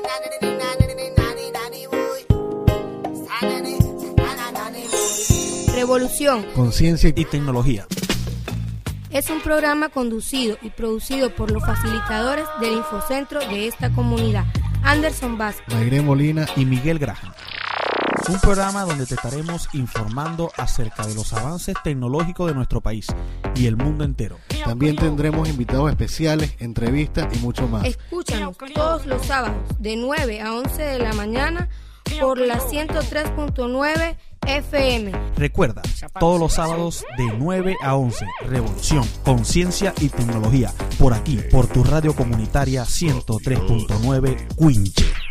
Revolución, Conciencia y Tecnología. es un programa conducido y producido por los facilitadores del Infocentro de esta comunidad, Anderson Vázquez, Mayre Molina y Miguel Graham. Un programa donde te estaremos informando acerca de los avances tecnológicos de nuestro país y el mundo entero. También tendremos invitados especiales, entrevistas y mucho más. Escúchanos todos los sábados de 9 a 11 de la mañana por la 103.9 FM. Recuerda, todos los sábados de 9 a 11, Revolución, Conciencia y Tecnología, por aquí, por tu radio comunitaria 103.9 Quinche.